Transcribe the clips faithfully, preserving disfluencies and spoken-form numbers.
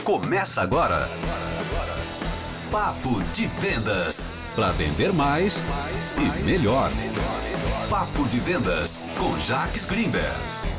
Começa agora. Papo de Vendas. Para vender mais e melhor. Papo de Vendas com Jacques Greenberg.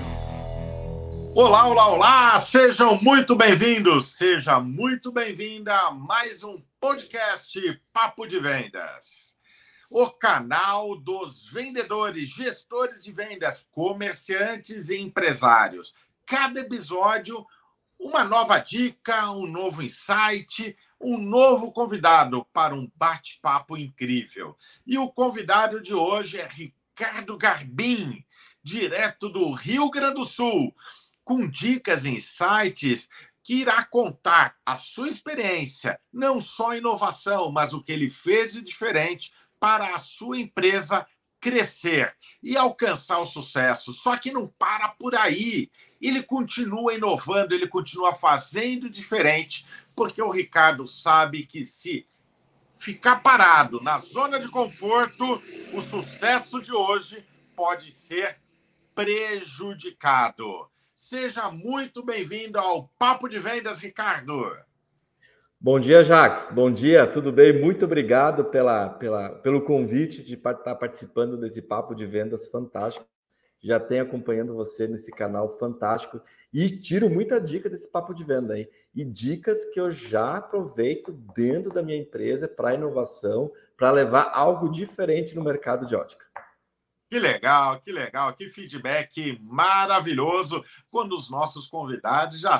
Olá, olá, olá! Sejam muito bem-vindos, seja muito bem-vinda a mais um podcast Papo de Vendas. O canal dos vendedores, gestores de vendas, comerciantes e empresários. Cada episódio, uma nova dica, um novo insight, um novo convidado para um bate-papo incrível. E o convidado de hoje é Ricardo Garbim, direto do Rio Grande do Sul, com dicas e insights que irá contar a sua experiência, não só inovação, mas o que ele fez de diferente para a sua empresa crescer e alcançar o sucesso. Só que não para por aí. Ele continua inovando, ele continua fazendo diferente, porque o Ricardo sabe que se ficar parado na zona de conforto, o sucesso de hoje pode ser prejudicado. Seja muito bem-vindo ao Papo de Vendas, Ricardo. Bom dia, Jacques. Bom dia, tudo bem? Muito obrigado pela, pela, pelo convite de estar participando desse Papo de Vendas fantástico. Já tenho acompanhando você nesse canal fantástico e tiro muita dica desse Papo de Venda aí. E dicas que eu já aproveito dentro da minha empresa para inovação, para levar algo diferente no mercado de ótica. Que legal, que legal, que feedback maravilhoso quando os nossos convidados já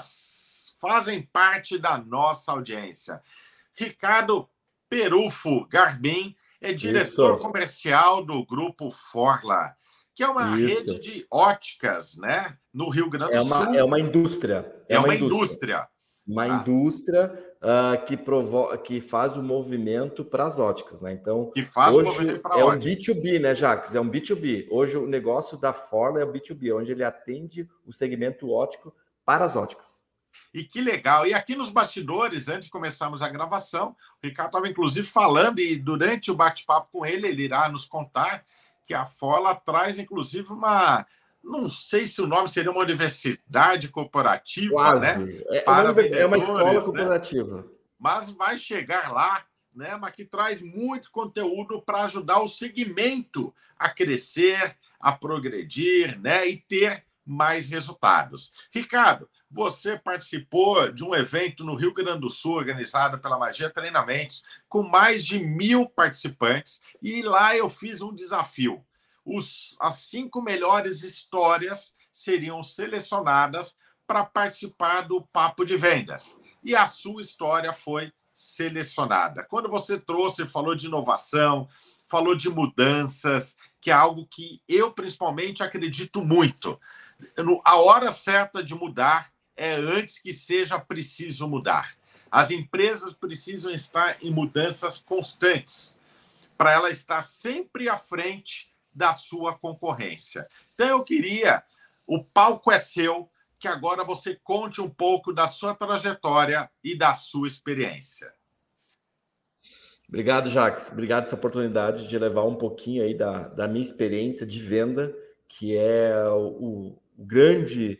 fazem parte da nossa audiência. Ricardo Perufo Garbim é diretor Isso. comercial do Grupo Forla, que é uma Isso. rede de óticas, né, no Rio Grande do é uma, Sul. É uma indústria. É, é uma, uma indústria. indústria. Uma ah. indústria uh, que, provo... que faz o movimento para as óticas, né? Então, que faz hoje o movimento para é ótica. um B dois B, né, Jacques? É um B dois B. Hoje o negócio da Forla é o B dois B, onde ele atende o segmento óptico para as óticas. E que legal. E aqui nos bastidores, antes de começarmos a gravação, o Ricardo estava inclusive falando, e durante o bate-papo com ele, ele irá nos contar que a Forla traz, inclusive, uma... Não sei se o nome seria uma universidade corporativa, Quase. né? É, para uma, é uma escola corporativa. Né? Mas vai chegar lá, né? Mas que traz muito conteúdo para ajudar o segmento a crescer, a progredir, né? E ter mais resultados. Ricardo, você participou de um evento no Rio Grande do Sul, organizado pela Magia Treinamentos, com mais de mil participantes, e lá eu fiz um desafio. Os, as cinco melhores histórias seriam selecionadas para participar do Papo de Vendas. E a sua história foi selecionada. Quando você trouxe, falou de inovação, falou de mudanças, que é algo que eu, principalmente, acredito muito. A hora certa de mudar é antes que seja preciso mudar. As empresas precisam estar em mudanças constantes para ela estar sempre à frente da sua concorrência. Então, eu queria, o palco é seu, que agora você conte um pouco da sua trajetória e da sua experiência. Obrigado, Jacques. Obrigado essa oportunidade de levar um pouquinho aí da, da minha experiência de venda, que é o, o grande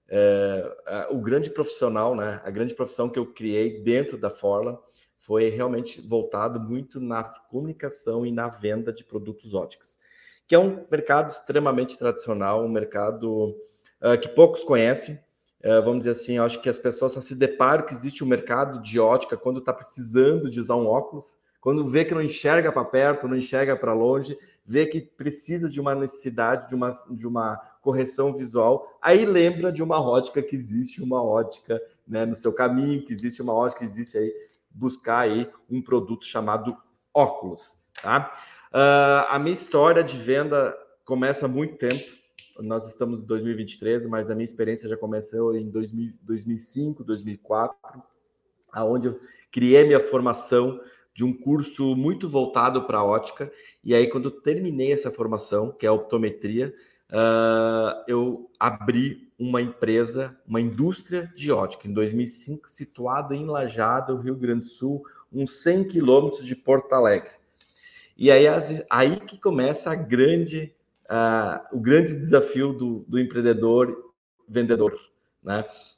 é, o grande profissional, né? A grande profissão que eu criei dentro da Forla foi realmente voltado muito na comunicação e na venda de produtos óticos, que é um mercado extremamente tradicional, um mercado uh, que poucos conhecem. Uh, vamos dizer assim, eu acho que as pessoas só se deparam que existe um mercado de ótica quando está precisando de usar um óculos, quando vê que não enxerga para perto, não enxerga para longe, vê que precisa de uma necessidade, de uma, de uma correção visual, aí lembra de uma ótica, que existe uma ótica, né, no seu caminho, que existe uma ótica, que existe aí, buscar aí um produto chamado óculos, tá? Uh, a minha história de venda começa há muito tempo. Nós estamos em dois mil e vinte e três, mas a minha experiência já começou em dois mil, dois mil e cinco, dois mil e quatro, aonde eu criei minha formação de um curso muito voltado para a ótica. E aí, quando eu terminei essa formação, que é a optometria, uh, eu abri uma empresa, uma indústria de ótica, em dois mil e cinco, situada em Lajeado, Rio Grande do Sul, uns cem quilômetros de Porto Alegre. E aí, aí que começa a grande, uh, o grande desafio do, do empreendedor vendedor, né?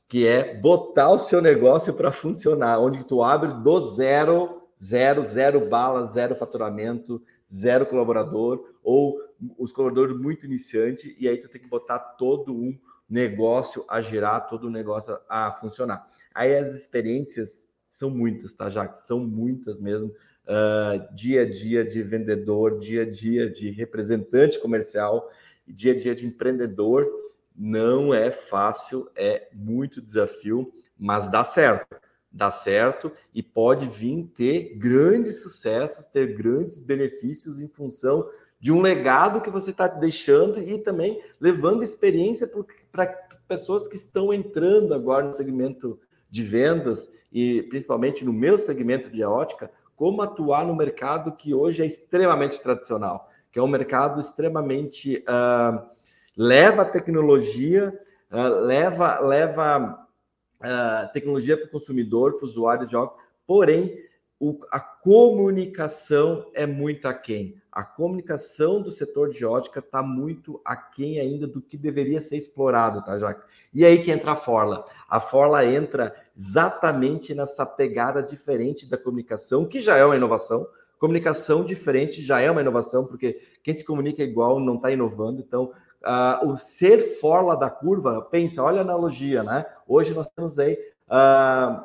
que é botar o seu negócio para funcionar, onde tu abre do zero, zero, zero bala, zero faturamento, zero colaborador, ou os colaboradores muito iniciantes, e aí tu tem que botar todo um negócio a girar, todo o negócio a funcionar. Aí as experiências são muitas, tá, Jacques? São muitas mesmo. Uh, dia a dia de vendedor, dia a dia de representante comercial, dia a dia de empreendedor. Não é fácil, é muito desafio, mas dá certo. Dá certo e pode vir ter grandes sucessos, ter grandes benefícios em função de um legado que você está deixando e também levando experiência para pessoas que estão entrando agora no segmento de vendas e principalmente no meu segmento de ótica, como atuar no mercado que hoje é extremamente tradicional, que é um mercado extremamente... Uh, leva a tecnologia, uh, leva, leva uh, tecnologia para o consumidor, para o usuário de ótica, porém, o, a comunicação é muito aquém. A comunicação do setor de ótica está muito aquém ainda do que deveria ser explorado, tá, Jaque? E aí que entra a Forla. A Forla entra exatamente nessa pegada diferente da comunicação, que já é uma inovação. Comunicação diferente já é uma inovação, porque quem se comunica igual não está inovando. Então, uh, o ser Forla da curva, pensa, olha a analogia, né? Hoje nós temos aí uh,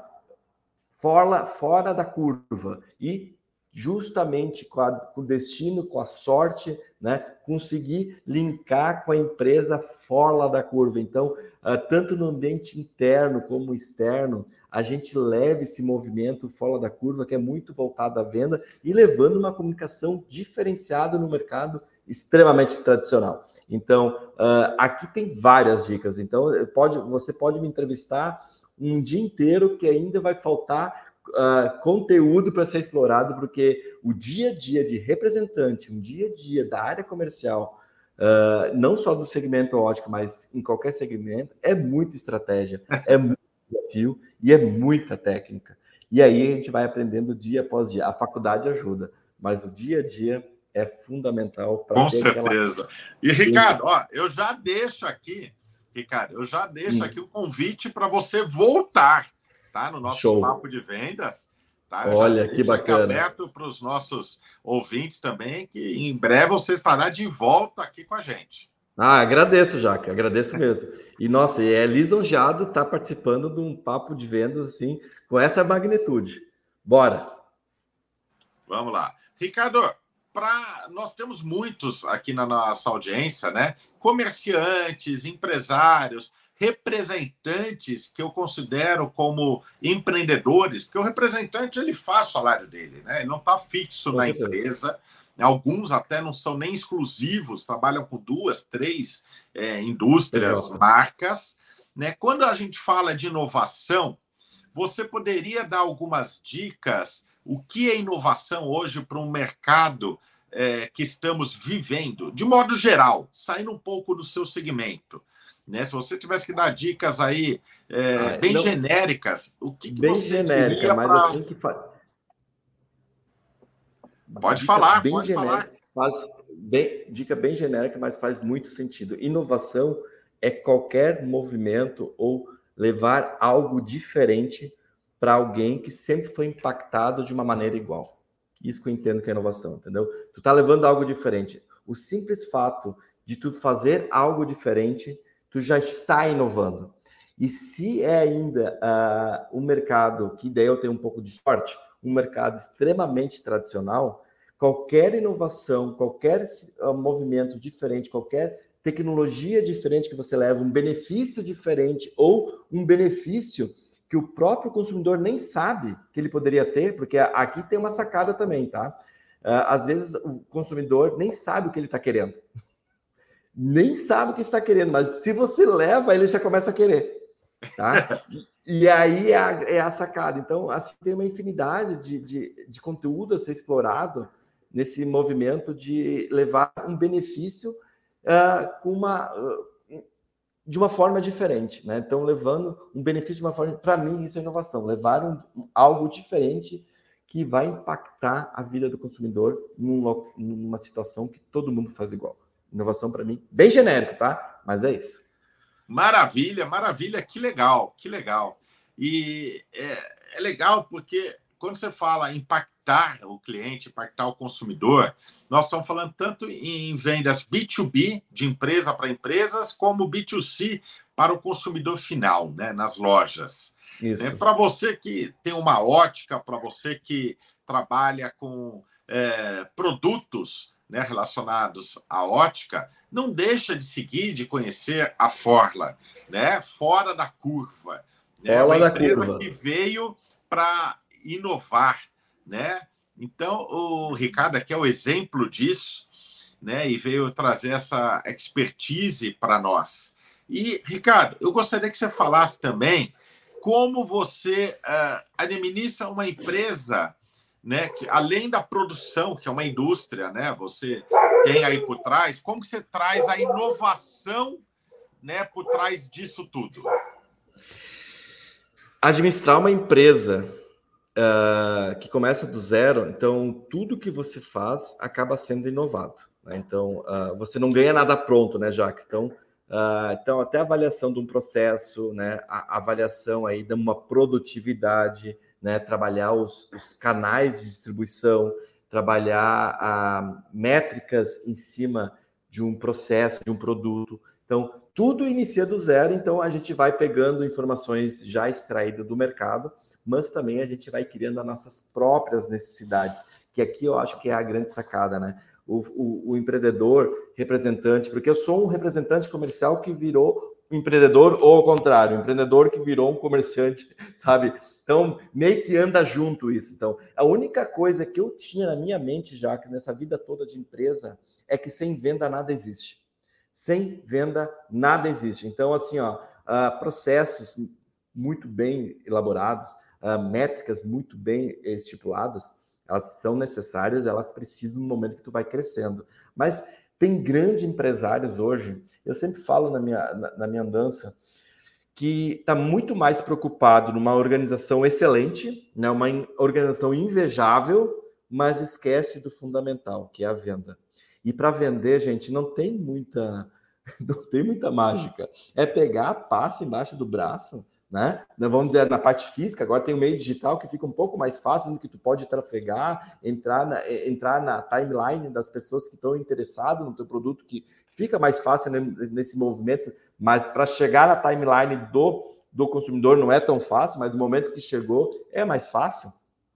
Forla fora da curva e justamente com, a, com o destino, com a sorte, né, conseguir linkar com a empresa fora da curva. Então, uh, tanto no ambiente interno como externo, a gente leva esse movimento fora da curva, que é muito voltado à venda, e levando uma comunicação diferenciada no mercado extremamente tradicional. Então, uh, aqui tem várias dicas. Então, pode, você pode me entrevistar um dia inteiro que ainda vai faltar Uh, conteúdo para ser explorado, porque o dia a dia de representante, um dia a dia da área comercial, uh, não só do segmento óptico, mas em qualquer segmento, é muita estratégia, é muito desafio e é muita técnica. E aí a gente vai aprendendo dia após dia. A faculdade ajuda, mas o dia a dia é fundamental para ter aquela... Com certeza. E, Ricardo, ó, eu já deixo aqui, Ricardo, eu já deixo hum. aqui o convite para você voltar, tá? No nosso Show. Papo de vendas. Tá? Olha, que bacana. Aberto para os nossos ouvintes também, que em breve você estará de volta aqui com a gente. Ah, agradeço, Jaque, agradeço mesmo. E, nossa, é lisonjeado estar participando de um papo de vendas assim, com essa magnitude. Bora! Vamos lá. Ricardo, pra... nós temos muitos aqui na nossa audiência, né? Comerciantes, empresários, representantes que eu considero como empreendedores, porque o representante ele faz o salário dele, né? Ele não está fixo Com na certeza. Empresa. Alguns até não são nem exclusivos, trabalham com duas, três é, indústrias, Legal. Marcas. Né? Quando a gente fala de inovação, você poderia dar algumas dicas? O que é inovação hoje para um mercado é, que estamos vivendo, de modo geral, saindo um pouco do seu segmento? Né? Se você tivesse que dar dicas aí é, ah, bem não... genéricas, o que, que bem você genérica, diria mas pra... assim que faz... Pode dica falar, bem pode genérica, falar. Faz bem, dica bem genérica, mas faz muito sentido. Inovação é qualquer movimento ou levar algo diferente para alguém que sempre foi impactado de uma maneira igual. Isso que eu entendo que é inovação, entendeu? Tu tá levando algo diferente. O simples fato de tu fazer algo diferente, tu já está inovando. E se é ainda uh, um mercado, que daí eu tenho um pouco de sorte, um mercado extremamente tradicional, qualquer inovação, qualquer uh, movimento diferente, qualquer tecnologia diferente que você leva, um benefício diferente ou um benefício que o próprio consumidor nem sabe que ele poderia ter, porque aqui tem uma sacada também, tá? Uh, às vezes o consumidor nem sabe o que ele está querendo. Nem sabe o que está querendo, mas se você leva, ele já começa a querer, tá? E aí é a, é a sacada. Então, assim, tem uma infinidade de, de, de conteúdo a ser explorado nesse movimento de levar um benefício uh, com uma, uh, de uma forma diferente, né? Então, levando um benefício de uma forma... Para mim, isso é inovação. Levar um, algo diferente que vai impactar a vida do consumidor num, numa situação que todo mundo faz igual. Inovação, para mim, bem genérico, tá? Mas é isso. Maravilha, maravilha, que legal, que legal. E é, é legal porque quando você fala impactar o cliente, impactar o consumidor, nós estamos falando tanto em vendas B dois B, de empresa para empresas, como B dois C para o consumidor final, né, nas lojas. É, para você que tem uma ótica, para você que trabalha com é, produtos, né, relacionados à ótica, não deixa de seguir, de conhecer a Forla, né, fora da curva. É né, uma empresa curva. que veio para inovar, né? Então, o Ricardo aqui é o exemplo disso, né? E veio trazer essa expertise para nós. E, Ricardo, eu gostaria que você falasse também como você uh, administra uma empresa, né? Que, além da produção, que é uma indústria, né? Você tem aí por trás, como que você traz a inovação, né? Por trás disso tudo? Administrar uma empresa uh, que começa do zero, então tudo que você faz acaba sendo inovado. Né? Então, uh, você não ganha nada pronto, né, Jacques? Então, uh, então, até a avaliação de um processo, né, a avaliação aí de uma produtividade, né, trabalhar os, os canais de distribuição, trabalhar uh, métricas em cima de um processo, de um produto. Então, tudo inicia do zero, então a gente vai pegando informações já extraídas do mercado, mas também a gente vai criando as nossas próprias necessidades, que aqui eu acho que é a grande sacada, né? O, o, o empreendedor, representante, porque eu sou um representante comercial que virou um empreendedor, ou ao contrário, um empreendedor que virou um comerciante, sabe? Então, meio que anda junto isso. Então, a única coisa que eu tinha na minha mente, já que nessa vida toda de empresa, é que sem venda nada existe. Sem venda, nada existe. Então, assim, ó, uh, processos muito bem elaborados, uh, métricas muito bem estipuladas, elas são necessárias, elas precisam no momento que tu vai crescendo. Mas tem grandes empresários hoje, eu sempre falo na minha, na, na minha andança, que está muito mais preocupado numa organização excelente, né, uma organização invejável, mas esquece do fundamental, que é a venda. E para vender, gente, não tem muita, não tem muita mágica. É pegar a pasta embaixo do braço, né? Vamos dizer, na parte física, agora tem o meio digital que fica um pouco mais fácil, no que tu pode trafegar, entrar na, entrar na timeline das pessoas que estão interessadas no teu produto, que fica mais fácil nesse movimento, mas para chegar na timeline do, do consumidor não é tão fácil, mas no momento que chegou é mais fácil.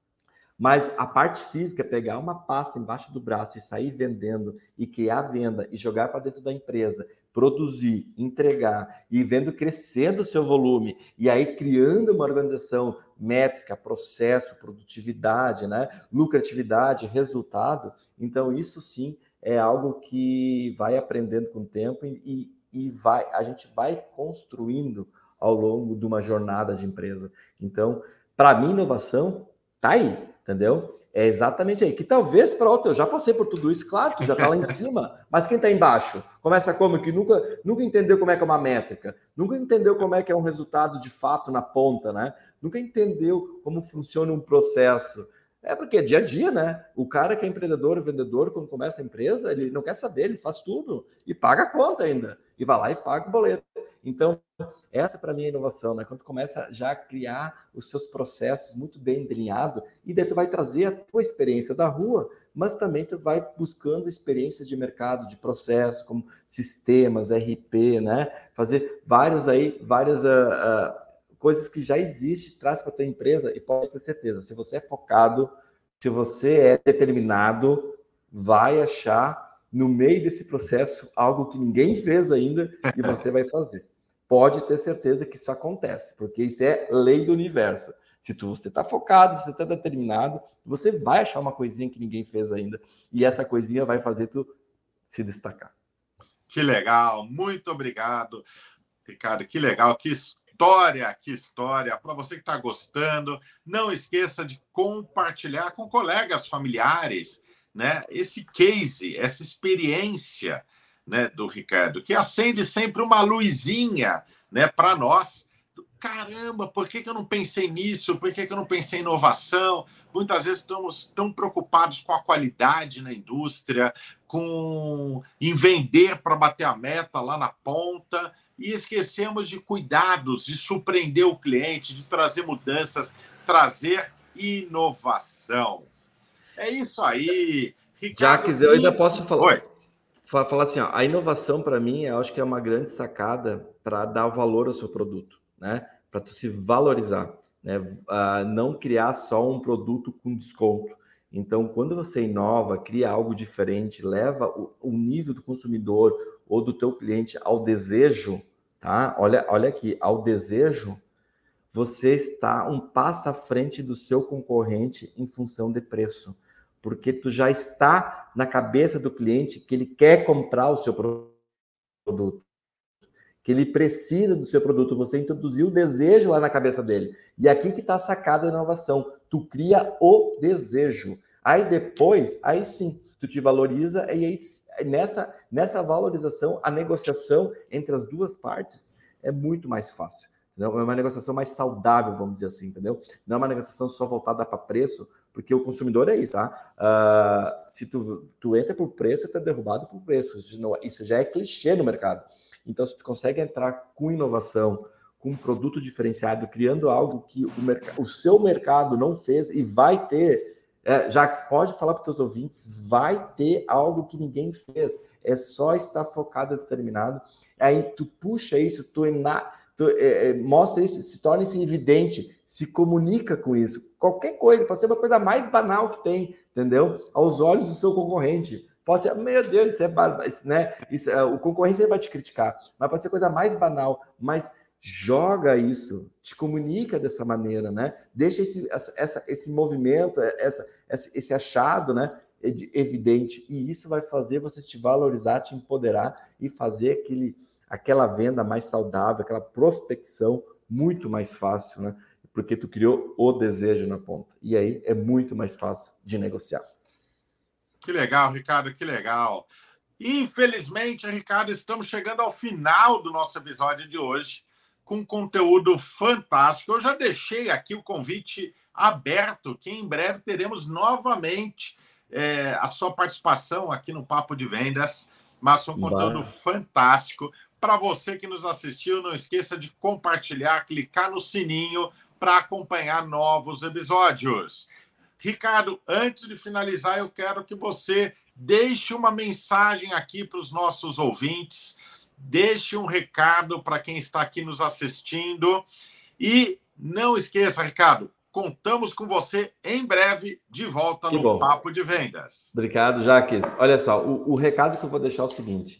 Mas a parte física, pegar uma pasta embaixo do braço e sair vendendo e criar venda e jogar para dentro da empresa, produzir, entregar e vendo crescendo o seu volume e aí criando uma organização métrica, processo, produtividade, né? Lucratividade, resultado. Então, isso sim é algo que vai aprendendo com o tempo e, e vai, a gente vai construindo ao longo de uma jornada de empresa. Então, para mim, inovação tá aí. Entendeu? É exatamente aí. Que talvez para outro, eu já passei por tudo isso, claro, tu já está lá em cima, mas quem está embaixo? Começa como? Que nunca, nunca entendeu como é que é uma métrica, nunca entendeu como é que é um resultado de fato na ponta, né? Nunca entendeu como funciona um processo. É porque é dia a dia, né? O cara que é empreendedor, vendedor, quando começa a empresa, ele não quer saber, ele faz tudo e paga a conta ainda. E vai lá e paga o boleto. Então, essa para mim é a inovação, né? Quando tu começa já a criar os seus processos muito bem delineados, e daí tu vai trazer a tua experiência da rua, mas também tu vai buscando experiências de mercado, de processo, como sistemas, R P, né? Fazer vários aí, várias uh, uh, coisas que já existem, traz para tua empresa e pode ter certeza, se você é focado, se você é determinado, vai achar no meio desse processo algo que ninguém fez ainda e você vai fazer. Pode ter certeza que isso acontece, porque isso é lei do universo. Se tu, você está focado, se você está determinado, você vai achar uma coisinha que ninguém fez ainda. E essa coisinha vai fazer tu se destacar. Que legal, muito obrigado, Ricardo. Que legal, que história, que história. Para você que está gostando, não esqueça de compartilhar com colegas, familiares, né? Esse case, essa experiência, né, do Ricardo, que acende sempre uma luzinha, né, para nós. Caramba, por que, que eu não pensei nisso? Por que, que eu não pensei em inovação? Muitas vezes estamos tão preocupados com a qualidade na indústria, com em vender para bater a meta lá na ponta, e esquecemos de cuidados, de surpreender o cliente, de trazer mudanças, trazer inovação. É isso aí, Ricardo. Jacques, eu ainda posso falar. Oi. Falar assim, ó, a inovação para mim, eu acho que é uma grande sacada para dar valor ao seu produto, né? Para tu se valorizar, né? Uh, não criar só um produto com desconto. Então, quando você inova, cria algo diferente, leva o, o nível do consumidor ou do teu cliente ao desejo, tá? Olha, olha aqui, ao desejo, você está um passo à frente do seu concorrente em função de preço. Porque tu já está na cabeça do cliente que ele quer comprar o seu produto, que ele precisa do seu produto. Você introduziu o desejo lá na cabeça dele. E aqui que está a sacada da inovação. Tu cria o desejo. Aí depois, aí sim, tu te valoriza e aí nessa, nessa valorização, a negociação entre as duas partes é muito mais fácil. Não, é uma negociação mais saudável, vamos dizer assim, entendeu? Não é uma negociação só voltada para preço, porque o consumidor é isso, tá? Uh, se tu, tu entra por preço, tu é derrubado por preço. Isso já é clichê no mercado. Então, se tu consegue entrar com inovação, com um produto diferenciado, criando algo que o, merc- o seu mercado não fez e vai ter, é, Jacques, pode falar para os teus ouvintes, vai ter algo que ninguém fez. É só estar focado e determinado. Aí tu puxa isso, tu ena- Tu, é, mostra isso, se torna isso evidente, se comunica com isso. Qualquer coisa, pode ser uma coisa mais banal que tem, entendeu? Aos olhos do seu concorrente. Pode ser, meu Deus, isso é bar... isso, né? Isso, é, o concorrente vai te criticar, mas pode ser coisa mais banal, mas joga isso, te comunica dessa maneira, né? Deixa esse, essa, esse movimento, essa, esse achado, né? Evidente, e isso vai fazer você te valorizar, te empoderar e fazer aquele, aquela venda mais saudável, aquela prospecção muito mais fácil, né? Porque tu criou o desejo na ponta. E aí é muito mais fácil de negociar. Que legal, Ricardo, que legal. Infelizmente, Ricardo, estamos chegando ao final do nosso episódio de hoje, com conteúdo fantástico. Eu já deixei aqui o convite aberto, que em breve teremos novamente É, a sua participação aqui no Papo de Vendas, mas um conteúdo Vai. fantástico. Para você que nos assistiu, não esqueça de compartilhar, clicar no sininho para acompanhar novos episódios. Ricardo, antes de finalizar, eu quero que você deixe uma mensagem aqui para os nossos ouvintes, deixe um recado para quem está aqui nos assistindo e não esqueça, Ricardo, contamos com você em breve de volta que no bom. Papo de Vendas. Obrigado, Jacques. Olha só, o, o recado que eu vou deixar é o seguinte: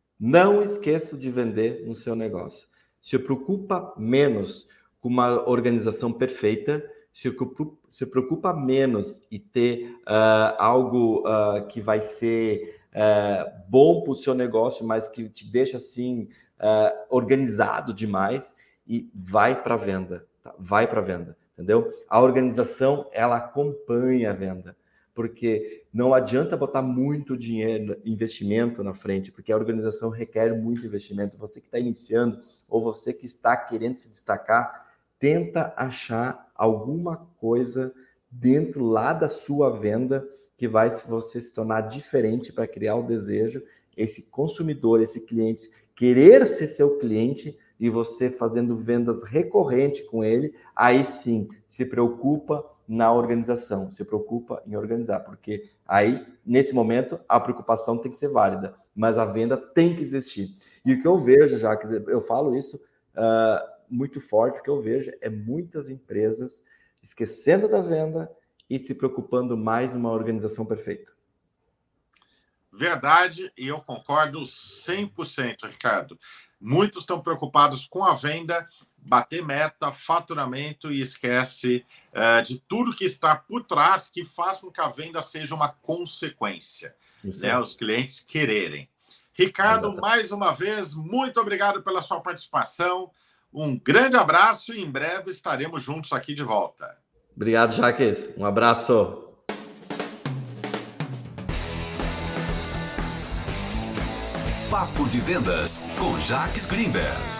não esqueça de vender no seu negócio. Se preocupa menos com uma organização perfeita, se preocupa, se preocupa menos e ter uh, algo uh, que vai ser uh, bom para o seu negócio, mas que te deixa assim uh, organizado demais, e vai para a venda. Tá? Vai para a venda. Entendeu? A organização, ela acompanha a venda, porque não adianta botar muito dinheiro, investimento na frente, porque a organização requer muito investimento. Você que está iniciando ou você que está querendo se destacar, tenta achar alguma coisa dentro lá da sua venda que vai você se tornar diferente para criar o desejo, esse consumidor, esse cliente, querer ser seu cliente, e você fazendo vendas recorrentes com ele, aí sim, se preocupa na organização, se preocupa em organizar, porque aí, nesse momento, a preocupação tem que ser válida, mas a venda tem que existir. E o que eu vejo, já que eu falo isso uh, muito forte, o que eu vejo é muitas empresas esquecendo da venda e se preocupando mais numa organização perfeita. Verdade, e eu concordo cem por cento, Ricardo. Muitos estão preocupados com a venda, bater meta, faturamento e esquece uh, de tudo que está por trás que faz com que a venda seja uma consequência, né? Os clientes quererem. Ricardo, Exatamente. Mais uma vez, muito obrigado pela sua participação. Um grande abraço e em breve estaremos juntos aqui de volta. Obrigado, Jacques. Um abraço. Papo de Vendas com Jacques Greenberg.